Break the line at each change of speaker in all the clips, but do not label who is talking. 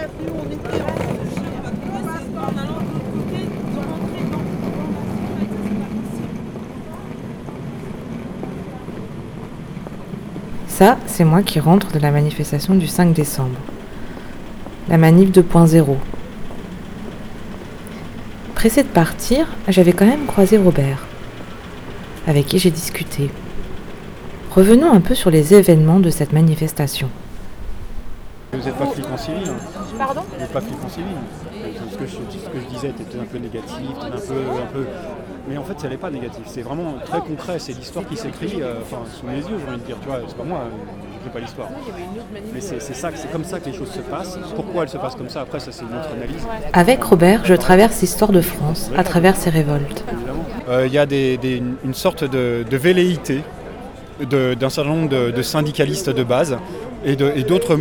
Ça, c'est moi qui rentre de la manifestation du 5 décembre. La manif 2.0. Pressée de partir, j'avais quand même croisé Robert, avec qui j'ai discuté. Revenons un peu sur les événements de cette manifestation.
Vous n'êtes pas flic en civil.
Pardon ?
Vous n'êtes pas flic en civil. Ce que je disais, tu étais un peu négatif, un peu... Mais en fait, ça n'est pas négatif. C'est vraiment très concret. C'est l'histoire qui s'écrit sous mes yeux, j'ai envie de dire. Tu vois, c'est pas moi, je ne fais pas l'histoire. Mais c'est comme ça que les choses se passent. Pourquoi elles se passent comme ça ? Après, ça, c'est une autre analyse.
Avec Robert, je traverse l'histoire de France à travers ses révoltes.
Il y a une sorte de velléité d'un certain nombre de syndicalistes de base et d'autres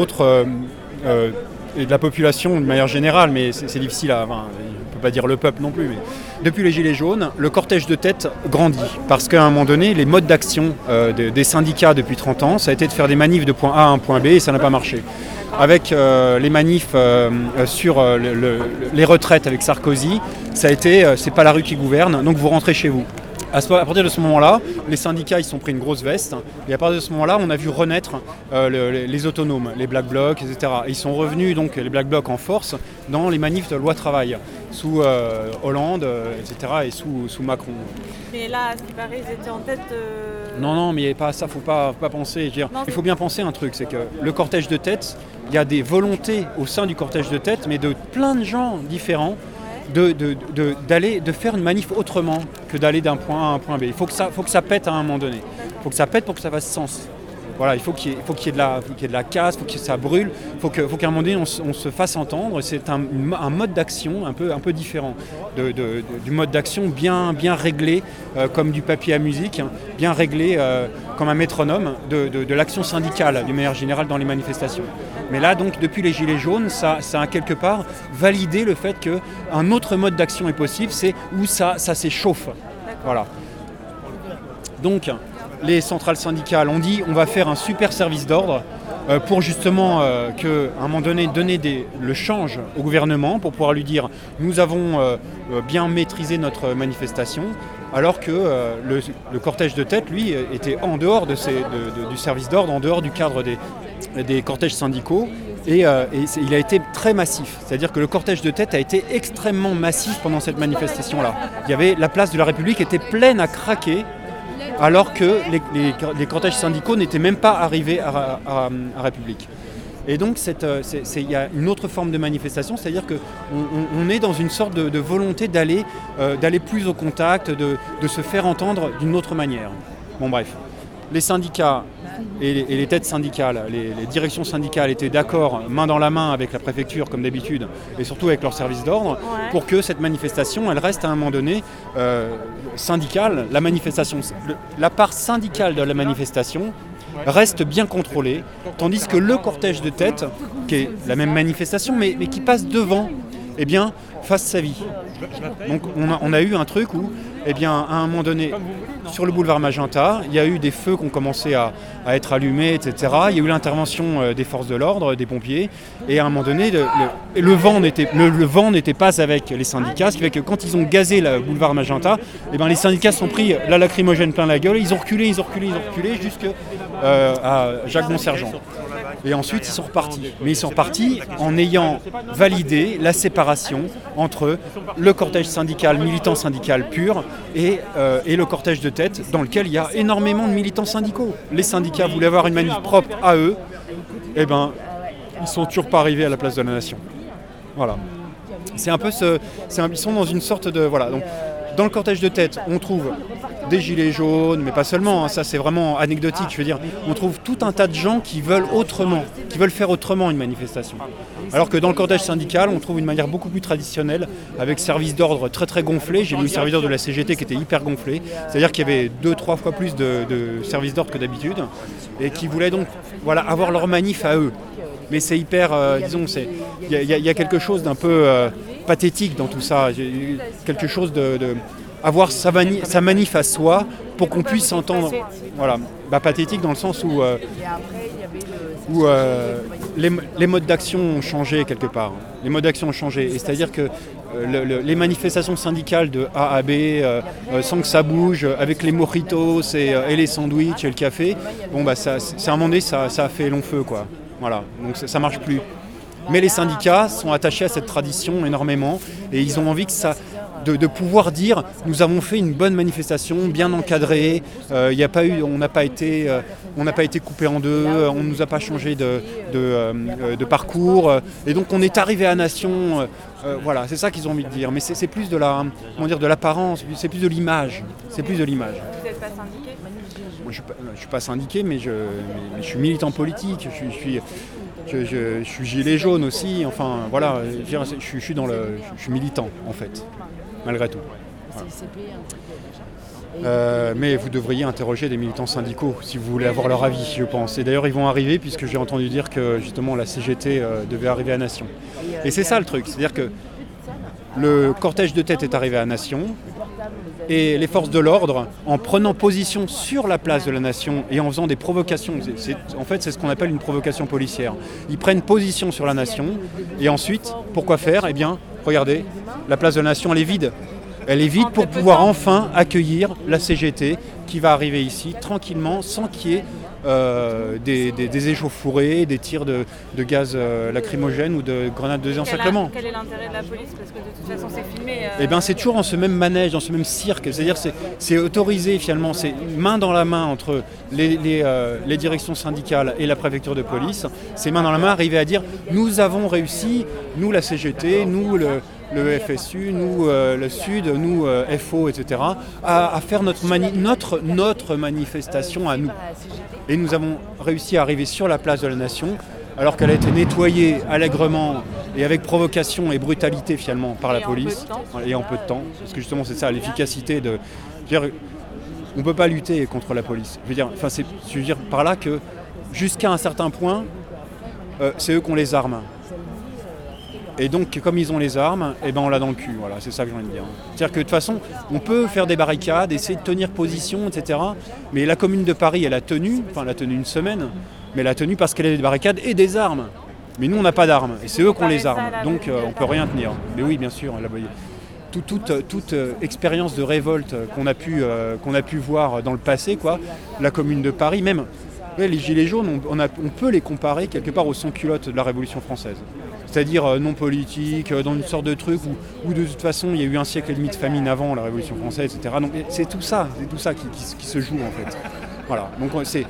et de la population de manière générale, mais c'est difficile on ne peut pas dire le peuple non plus, mais depuis les Gilets jaunes, le cortège de tête grandit, parce qu'à un moment donné, les modes d'action des syndicats depuis 30 ans, ça a été de faire des manifs de point A à un point B, et ça n'a pas marché. Avec les manifs sur les retraites avec Sarkozy, ça a été c'est pas la rue qui gouverne, donc vous rentrez chez vous. À partir de ce moment-là, les syndicats ils se sont pris une grosse veste et à partir de ce moment-là, on a vu renaître les autonomes, les Black Blocs, etc. Et ils sont revenus, donc les Black Blocs en force, dans les manifs de loi travail, sous Hollande, etc. et sous Macron.
Mais là, à ce qui paraît, ils étaient en tête...
Non, mais pas ça, faut pas penser. Je veux dire, il faut bien penser un truc, c'est que le cortège de tête, il y a des volontés au sein du cortège de tête, mais de plein de gens différents, de faire une manif autrement que d'aller d'un point A à un point B. Il faut que ça pète à un moment donné. Il faut que ça pète pour que ça fasse sens. Voilà, il faut qu'il y ait de la casse, il faut que ça brûle, il faut qu'à un moment donné on se fasse entendre. C'est un mode d'action un peu différent du mode d'action bien réglé comme du papier à musique, bien réglé comme un métronome de l'action syndicale d'une manière générale dans les manifestations. Mais là donc depuis les Gilets jaunes, ça a quelque part validé le fait qu'un autre mode d'action est possible, c'est où ça s'échauffe. Voilà. Donc les centrales syndicales ont dit on va faire un super service d'ordre pour justement qu'à un moment donné donner le change au gouvernement pour pouvoir lui dire nous avons bien maîtrisé notre manifestation, alors que le cortège de tête lui était en dehors du service d'ordre, en dehors du cadre des cortèges syndicaux et il a été très massif, c'est-à-dire que le cortège de tête a été extrêmement massif pendant cette manifestation-là. La place de la République était pleine à craquer, alors que les cortèges syndicaux n'étaient même pas arrivés à République. Et donc il y a une autre forme de manifestation, c'est-à-dire qu'on est dans une sorte de volonté d'aller plus au contact, de se faire entendre d'une autre manière. Bon bref, les syndicats et les têtes syndicales, les directions syndicales étaient d'accord main dans la main avec la préfecture comme d'habitude et surtout avec leur service d'ordre pour que cette manifestation elle reste à un moment donné syndicale. La part syndicale de la manifestation reste bien contrôlée, tandis que le cortège de tête, qui est la même manifestation mais qui passe devant, fasse sa vie. Donc on a eu un truc où, à un moment donné, sur le boulevard Magenta, il y a eu des feux qui ont commencé à être allumés, etc. Il y a eu l'intervention des forces de l'ordre, des pompiers, et à un moment donné, le vent n'était pas avec les syndicats, ce qui fait que quand ils ont gazé le boulevard Magenta, les syndicats se sont pris la lacrymogène plein la gueule, ils ont reculé jusqu'à Jacques Bonsergent. Et ensuite, ils sont repartis. Mais ils sont repartis en ayant validé la séparation entre le cortège syndical, militant syndical pur, et le cortège de tête, dans lequel il y a énormément de militants syndicaux. Les syndicats voulaient avoir une manif propre à eux, ils sont toujours pas arrivés à la place de la nation. Voilà. C'est un peu ils sont dans une sorte de... Voilà. Donc, dans le cortège de tête, on trouve des gilets jaunes, mais pas seulement, ça c'est vraiment anecdotique, je veux dire, on trouve tout un tas de gens qui veulent faire autrement une manifestation. Alors que dans le cortège syndical, on trouve une manière beaucoup plus traditionnelle, avec service d'ordre très très gonflé. J'ai vu le service d'ordre de la CGT qui était hyper gonflé, c'est-à-dire qu'il y avait 2-3 fois plus de services d'ordre que d'habitude, et qui voulaient donc avoir leur manif à eux. Mais c'est hyper, il y a quelque chose d'un peu pathétique dans tout ça, quelque chose de avoir sa manif à soi pour qu'on puisse s'entendre. Voilà, pathétique dans le sens où où les modes d'action ont changé quelque part. Les modes d'action ont changé. Et c'est-à-dire que les manifestations syndicales de A à B, sans que ça bouge, avec les mojitos et les sandwichs et le café, c'est à un moment donné, ça a fait long feu, quoi. Voilà, donc ça marche plus. Mais les syndicats sont attachés à cette tradition énormément et ils ont envie que de pouvoir dire nous avons fait une bonne manifestation, bien encadrée, on n'a pas été coupé en deux, on ne nous a pas changé de parcours et donc on est arrivé à Nation. Voilà, c'est ça qu'ils ont envie de dire. Mais c'est plus de l'apparence, c'est plus de l'image.
Vous n'êtes pas syndiqué ?
Moi, je ne suis pas syndiqué, mais je suis militant politique. Je suis gilet jaune aussi. Enfin, voilà, je suis militant en fait, malgré tout. Voilà. Mais vous devriez interroger des militants syndicaux si vous voulez avoir leur avis, je pense. Et d'ailleurs, ils vont arriver puisque j'ai entendu dire que justement la CGT devait arriver à Nation. Et c'est ça le truc, c'est-à-dire que le cortège de tête est arrivé à Nation et les forces de l'ordre, en prenant position sur la place de la Nation et en faisant des provocations, c'est ce qu'on appelle une provocation policière. Ils prennent position sur la Nation et ensuite, pourquoi faire ? Eh bien, regardez, la place de la Nation, elle est vide. Elle est vide pour pouvoir enfin accueillir la CGT qui va arriver ici tranquillement sans qu'il y ait des échauffourées, des tirs de gaz lacrymogènes ou de grenades de désencerclement.
Quel est l'intérêt de la police ? Parce que de toute façon c'est filmé.
Eh bien c'est toujours dans ce même manège, dans ce même cirque. C'est-à-dire c'est autorisé finalement, c'est main dans la main entre les directions syndicales et la préfecture de police. C'est main dans la main arriver à dire nous avons réussi, nous la CGT, nous le FSU, nous le Sud, nous FO, etc., à faire notre manifestation à nous. Et nous avons réussi à arriver sur la place de la Nation, alors qu'elle a été nettoyée allègrement et avec provocation et brutalité finalement par la police, et en peu de temps. Parce que justement c'est ça, l'efficacité de... on ne peut pas lutter contre la police. Je veux dire par là que jusqu'à un certain point, c'est eux qui ont les armes. Et donc, comme ils ont les armes, on l'a dans le cul. Voilà, c'est ça que j'ai envie de dire. C'est-à-dire que de toute façon, on peut faire des barricades, essayer de tenir position, etc. Mais la Commune de Paris, elle a tenu une semaine, mais elle a tenu parce qu'elle a des barricades et des armes. Mais nous, on n'a pas d'armes, et c'est eux qui ont les armes. Donc, on ne peut rien tenir. Mais oui, bien sûr, toute expérience de révolte qu'on a pu voir dans le passé, quoi, la Commune de Paris, même les Gilets jaunes, on peut les comparer quelque part aux sans-culottes de la Révolution française. C'est-à-dire non politique, dans une sorte de truc où de toute façon il y a eu un siècle et demi de famine avant la Révolution française, etc. Donc c'est tout ça qui se joue en fait. Voilà, donc c'est...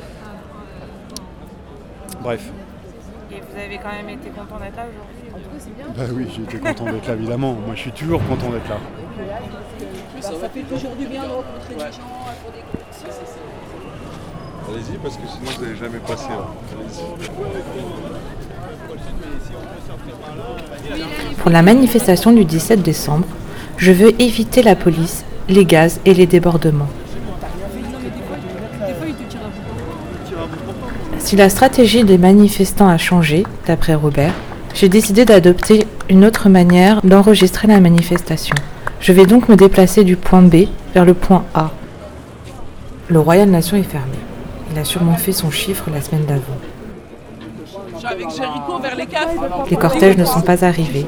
Bref.
Et vous avez quand même été content d'être là aujourd'hui ?
Bah oui, j'ai été content d'être là, évidemment. Moi je suis toujours content d'être là.
Ça fait toujours du bien de rencontrer des gens pour des cours.
Allez-y, parce que sinon vous n'allez jamais passer là. Allez-y.
Pour la manifestation du 17 décembre, je veux éviter la police, les gaz et les débordements. Si la stratégie des manifestants a changé, d'après Robert, j'ai décidé d'adopter une autre manière d'enregistrer la manifestation. Je vais donc me déplacer du point B vers le point A. Le Royal Nation est fermé. Il a sûrement fait son chiffre la semaine d'avant.
Avec Jéricho vers les caves.
Les cortèges ne sont pas arrivés.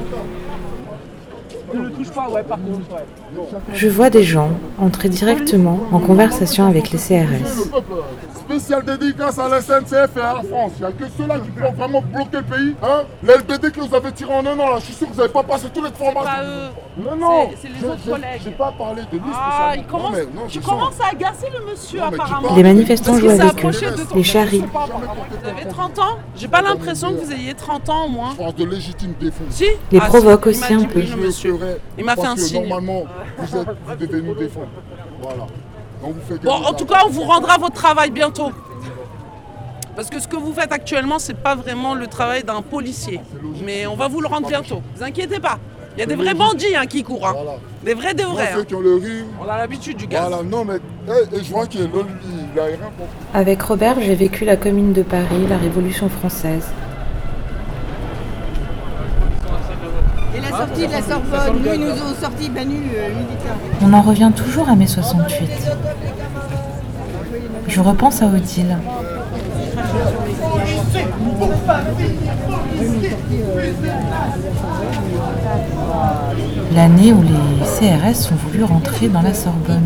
Je vois des gens entrer directement en conversation avec les CRS.
Spécial dédicace à la SNCF et à la France. Il n'y a que ceux-là qui peuvent vraiment bloquer le pays. Hein, l'LBD que vous avez tiré en un an, là, je suis sûr que vous n'avez pas passé toutes les formations.
C'est pas eux.
Non,
c'est les autres collègues.
Je n'ai pas parlé de lui spécialement.
Tu commences à agacer le monsieur apparemment.
Les manifestants jouent avec eux, les charrient.
Vous avez 30 ans ? J'ai pas l'impression que vous ayez 30 ans au moins.
Je pense de légitime défense.
Si ?
Les provoque aussi un peu.
Il m'a fait un signe.
Normalement, vous devez nous défendre. Voilà. Donc vous faites
Bon, en tout cas, on vous rendra votre travail bientôt. Parce que ce que vous faites actuellement, c'est pas vraiment le travail d'un policier. Mais on va vous le rendre bientôt. Ne vous inquiétez pas. Il y a des vrais bandits qui courent. Hein.
Voilà.
Des vrais, des vrais.
Ceux qui ont le rire.
On a l'habitude du gaz.
Voilà, non mais je vois qu'il a rien compris.
Avec Robert, j'ai vécu la Commune de Paris, la Révolution française.
Et la sortie de la Sorbonne, nous, ils nous ont sorti Banu militaire.
On en revient toujours à mai 68. Je repense à Odile. L'année où les CRS ont voulu rentrer dans la Sorbonne.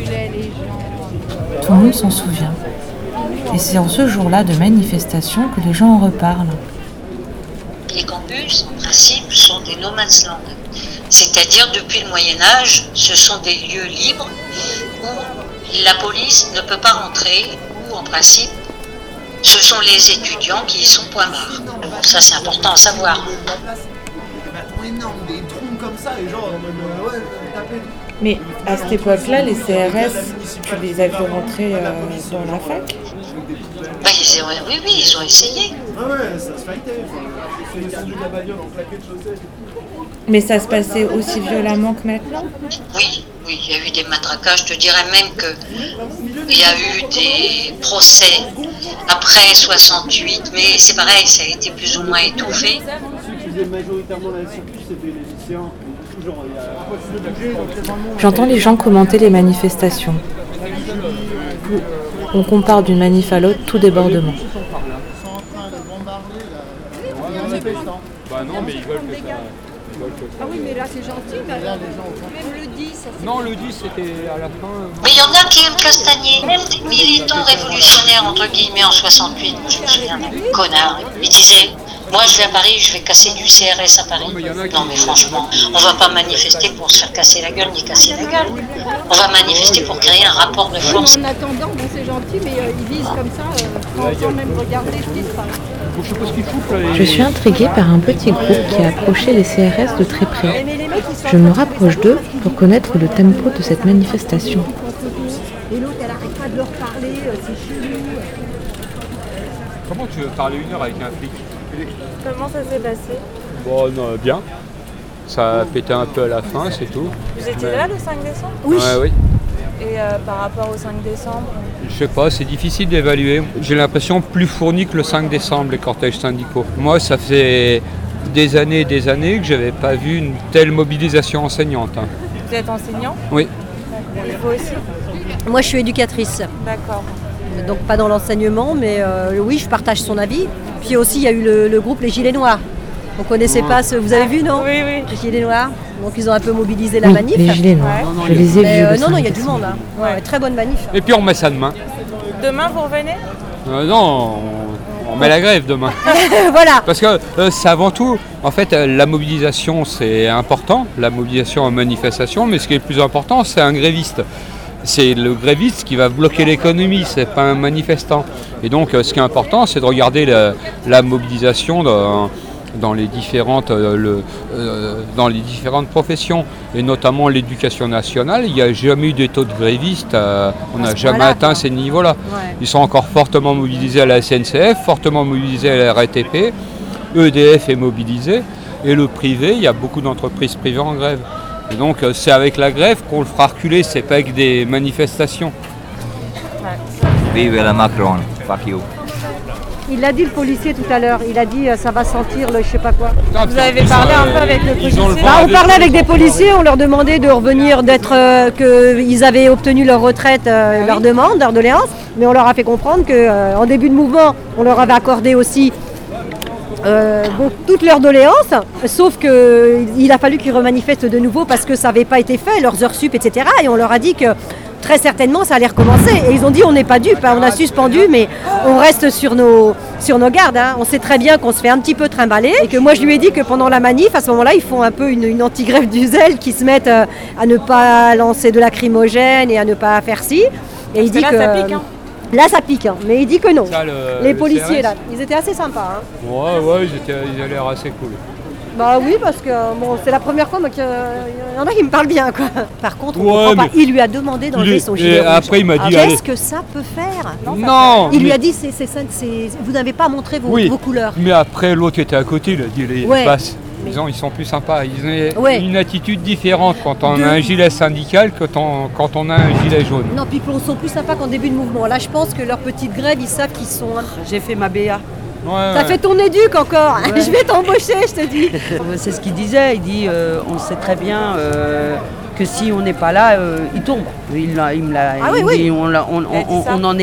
Tout le monde s'en souvient. Et c'est en ce jour-là de manifestation que les gens en reparlent.
Les campus, en principe, sont des no man's land. C'est-à-dire, depuis le Moyen-Âge, ce sont des lieux libres où la police ne peut pas rentrer, où, en principe, ce sont les étudiants qui y sont point barre. Bon, ça, c'est important à savoir.
Mais à cette époque-là, les CRS, tu les as vu rentrer dans la fac?
Bah, oui, ils ont essayé.
Mais ça se passait aussi violemment que maintenant?
Oui, il y a eu des matraquages. Je te dirais même qu'il y a eu des procès après 68, mais c'est pareil, ça a été plus ou moins étouffé.
J'entends les gens commenter les manifestations. On compare d'une manif à l'autre tout débordement.
Bah non, mais ils veulent que ça...
Ah oui, mais là c'est gentil, même le 10, ça c'est...
Non, le 10 c'était à la fin...
Mais il y en a qui aiment Castagnier, même des militants révolutionnaires, entre guillemets, en 68. Je me souviens d'un connard. Il disait, moi je vais à Paris, je vais casser du CRS à Paris. Non mais franchement, on va pas manifester pour se faire casser la gueule, ni casser la gueule. On va manifester pour créer un rapport de force.
En attendant, bon c'est gentil, mais ils visent comme ça, sans même regarder ce qui se passe.
Je suis intriguée par un petit groupe qui a approché les CRS de très près. Je me rapproche d'eux pour connaître le tempo de cette manifestation.
Et l'autre, elle arrête pas de leur parler, c'est chelou.
Comment tu veux parler une heure avec un flic?
Comment ça s'est passé?
Bon, non, bien. Ça a pété un peu à la fin, c'est tout.
Vous étiez là le 5 décembre?
Oui. Ouais, oui.
Et par rapport au 5 décembre?
Je sais pas, c'est difficile d'évaluer. J'ai l'impression plus fourni que le 5 décembre, les cortèges syndicaux. Moi, ça fait des années que je n'avais pas vu une telle mobilisation enseignante.
Vous êtes enseignant?
Oui.
Et vous aussi?
Moi, je suis éducatrice.
D'accord.
Donc pas dans l'enseignement, mais oui, je partage son avis. Puis aussi, il y a eu le groupe Les Gilets Noirs. On ne connaissait pas ce... Vous avez vu, non?
Oui.
Les Gilets Noirs. Donc ils ont un peu mobilisé la manif.
Les Gilets Noirs,
Ouais.
je les ai vus.
Non, il y a du monde. Hein. Ouais, très bonne manif.
Et puis on met ça demain.
Demain, vous revenez?
Non, on met la grève demain.
Voilà.
Parce que c'est avant tout, en fait, la mobilisation c'est important, la mobilisation en manifestation, mais ce qui est le plus important, c'est un gréviste. C'est le gréviste qui va bloquer l'économie, c'est pas un manifestant. Et donc ce qui est important, c'est de regarder la mobilisation dans les différentes professions, et notamment l'éducation nationale. Il n'y a jamais eu des taux de grévistes, on n'a jamais atteint ces niveaux-là.
Ouais.
Ils sont encore fortement mobilisés à la SNCF, fortement mobilisés à la RATP, EDF est mobilisé, et le privé, il y a beaucoup d'entreprises privées en grève. Et donc c'est avec la grève qu'on le fera reculer, c'est pas avec des manifestations.
Vive la Macron, fuck you.
Il l'a dit le policier tout à l'heure, il a dit ça va sentir le je sais pas quoi.
Vous avez parlé un peu avec le policier?
On parlait avec des policiers, on leur demandait de revenir, qu'ils avaient obtenu leur retraite, leur demande, leur doléance, mais on leur a fait comprendre qu'en début de mouvement, on leur avait accordé aussi toutes leurs doléances, sauf qu'il a fallu qu'ils remanifestent de nouveau parce que ça n'avait pas été fait, leurs heures sup, etc. Et on leur a dit que très certainement ça allait recommencer. Et ils ont dit on n'est pas dupes, on a suspendu, mais on reste sur nos gardes. Hein. On sait très bien qu'on se fait un petit peu trimballer. Et que moi je lui ai dit que pendant la manif, à ce moment-là, ils font un peu une anti-grève du zèle, qui se mettent à ne pas lancer de lacrymogène et à ne pas faire ci. Et il dit
là,
que
ça pique, hein.
Là ça pique, hein. Mais il dit que non.
Ça,
les
le
policiers
CRS.
là, ils étaient assez sympas. Hein.
Ouais, ils avaient l'air assez cool.
Bah oui, parce que bon, c'est la première fois qu'il y en a qui me parlent bien, quoi. Par contre, on
Ouais,
comprend pas.
mais-
Il lui a demandé d'enlever son gilet rouge.
Après, il m'a dit,
Qu'est-ce que ça peut faire?
Non,
Il lui
mais-
a dit, vous n'avez pas montré vos couleurs.
Mais après, l'autre qui était à côté, il a dit les
Ouais.
passes.
Mais-
Ils sont plus sympas. Ils ont
Ouais.
une attitude différente quand on a un gilet syndical que quand on a un gilet jaune.
Non, puis ils sont plus sympas qu'en début de mouvement. Là, je pense que leur petite grève, ils savent qu'ils sont...
J'ai fait ma BA.
T'as fait ton éduc encore.
Ouais.
Je vais t'embaucher, je te dis.
C'est ce qu'il disait. Il dit on sait très bien que si on n'est pas là, il tombe. Il me l'a
Ah oui,
il
oui.
dit, on
Il a dit ça.
en est.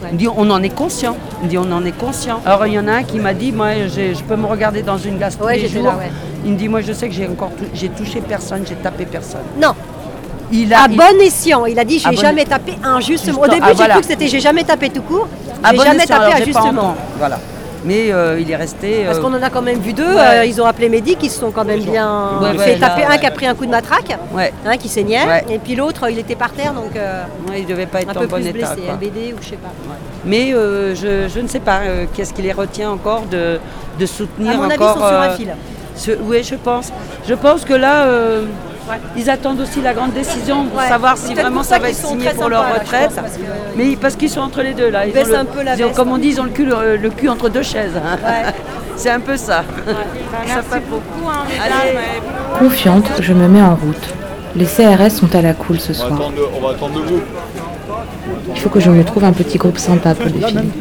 Il me dit on en est conscient. Il me dit on en est conscient. Alors il y en a un qui m'a dit moi je peux me regarder dans une glace tous les jours. Là, ouais. Il me dit moi je sais que j'ai touché personne, j'ai tapé personne.
Non. Bon escient, il a dit j'ai jamais tapé injustement. Au début j'ai cru que c'était j'ai jamais tapé tout court. J'ai jamais tapé injustement.
Voilà. Mais il est resté.
Parce qu'on en a quand même vu deux, ils ont appelé Mehdi, qui se sont quand même bien. Il s'est tapé un qui a pris un coup de matraque, un qui saignait, et puis l'autre il était par terre donc.
Il devait pas être
un
en
peu
bon
plus
état.
Blessé, LBD ou je sais pas.
Ouais. Mais je ne sais pas qu'est-ce qui les retient encore de soutenir encore.
À mon avis, ils sont sur un fil.
Oui, je pense. Je pense que là. Ils attendent aussi la grande décision pour savoir si vraiment ça va être signé pour leur retraite. Là, mais parce qu'ils sont entre les deux là. Comme on dit, ils ont le cul entre deux chaises. Hein. Ouais. C'est un peu ça.
Ouais. Merci beaucoup.
Confiante, je me mets en route. Les CRS sont à la cool ce soir.
On va attendre debout.
Il faut que je me trouve un petit groupe sympa pour les filles.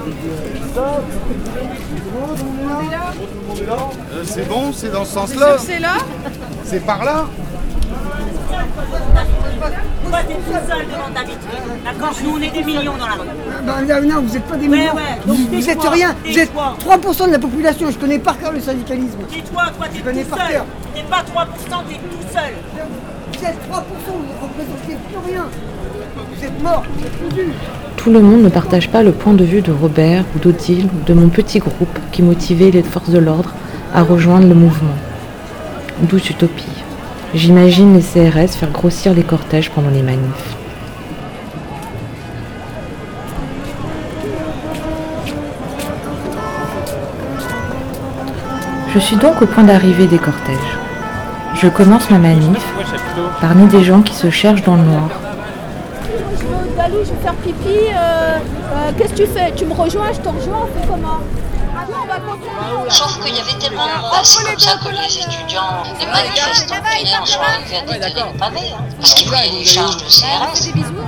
C'est bon, c'est dans ce sens-là.
C'est là ?
C'est par là.
Toi, t'es tout seul devant ta vitrine. D'accord ? Nous, on est des millions dans la rue.
Non, vous n'êtes pas des millions. Vous êtes rien. Vous êtes 3% de la population. Je connais par cœur le syndicalisme.
Tais-toi, toi, t'es tout seul. T'es pas 3%, t'es tout seul.
Vous êtes 3%, vous ne représentez plus rien. Vous êtes morts, vous êtes foutus.
Tout le monde ne partage pas le point de vue de Robert ou d'Odile ou de mon petit groupe qui motivait les forces de l'ordre à rejoindre le mouvement. Douce utopie. J'imagine les CRS faire grossir les cortèges pendant les manifs. Je suis donc au point d'arrivée des cortèges. Je commence ma manif parmi des gens qui se cherchent dans le noir.
Dalou, je vais faire pipi. Qu'est-ce que tu fais? Tu me rejoins, je te rejoins, on fait comment?
Sauf qu'il y avait tellement de monde, c'est comme ça que les étudiants, les manifestants finés en sont arrivés à déterrer le pavé, parce qu'ils voyaient les charges de CRS.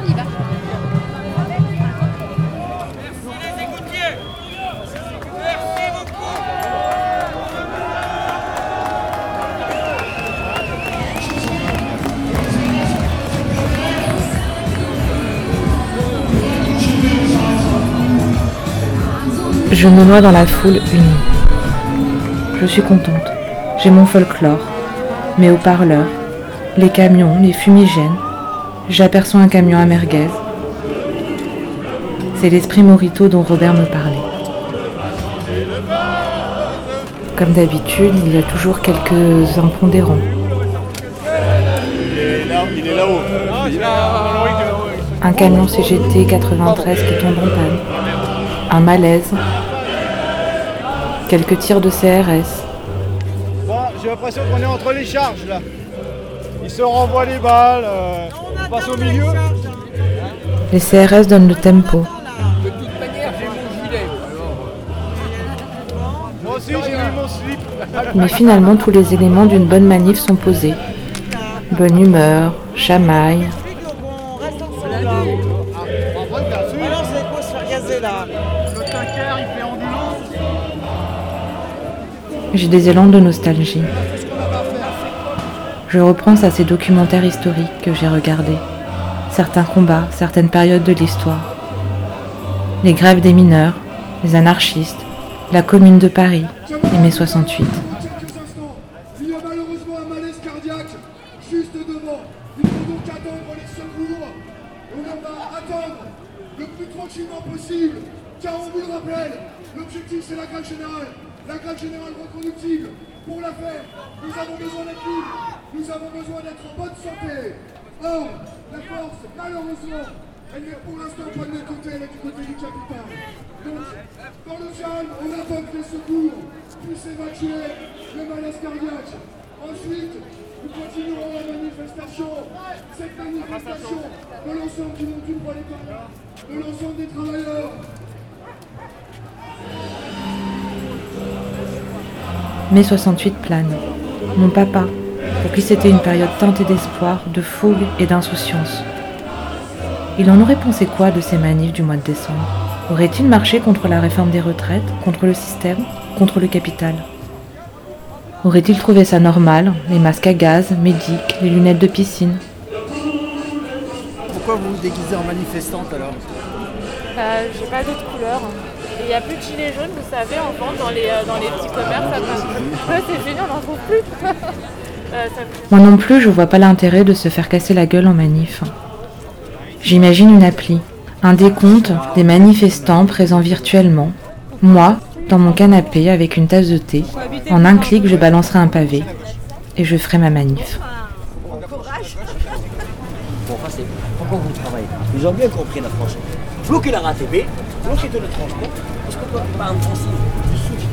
Je me noie dans la foule unie. Je suis contente. J'ai mon folklore, mes haut-parleurs, les camions, les fumigènes. J'aperçois un camion à merguez. C'est l'esprit Morito dont Robert me parlait. Comme d'habitude, il y a toujours quelques impondérants.
Il est là-haut.
Un camion CGT 93 qui tombe en panne. Un malaise. Quelques tirs de CRS.
Bon, j'ai l'impression qu'on est entre les charges là. Ils se renvoient les balles, on passe au milieu.
Les CRS donnent le tempo.
De toute manière, j'ai mon gilet. Moi aussi, j'ai mis mon slip.
Mais finalement, tous les éléments d'une bonne manif sont posés. Bonne humeur, chamaille. J'ai des élans de nostalgie. Je repense à ces documentaires historiques que j'ai regardés. Certains combats, certaines périodes de l'histoire. Les grèves des mineurs, les anarchistes, la Commune de Paris et mai 68.
Il y a malheureusement un malaise cardiaque juste devant. Il faut donc attendre les secours. On va attendre le plus tranquillement possible. Car on vous le rappelle, l'objectif c'est la grève générale. La grève générale reconductible. Pour la faire, nous avons besoin d'être libres. Nous avons besoin d'être en bonne santé. Or, la force, malheureusement, elle n'est pour l'instant pas de notre côté, elle est du côté du capital. Donc, dans le calme, on attend que les secours puissent évacuer le malaise cardiaque. Ensuite, nous continuerons la manifestation. Cette manifestation de l'ensemble du monde du droit des camions, de l'ensemble des travailleurs.
Mai 68 plane. Mon papa, pour qui c'était une période teintée d'espoir, de fougue et d'insouciance. Il en aurait pensé quoi de ces manifs du mois de décembre? Aurait-il marché contre la réforme des retraites, contre le système, contre le capital? Aurait-il trouvé ça normal, les masques à gaz, médics, les lunettes de piscine?
Pourquoi vous vous déguisez en manifestante alors?
J'ai pas d'autres couleurs. Et il n'y a plus de gilets jaunes, vous savez, en vente dans les petits commerces. Là, c'est génial, on n'en trouve plus.
Moi non plus, je vois pas l'intérêt de se faire casser la gueule en manif. J'imagine une appli, un décompte des manifestants présents virtuellement. Moi, dans mon canapé avec une tasse de thé, en un clic, je balancerai un pavé et je ferai ma manif.
Bon, enfin, c'est pourquoi vous travaillez. Ils ont bien compris la France. Bloquer la RATP, bloquer tout le transport, parce que par exemple,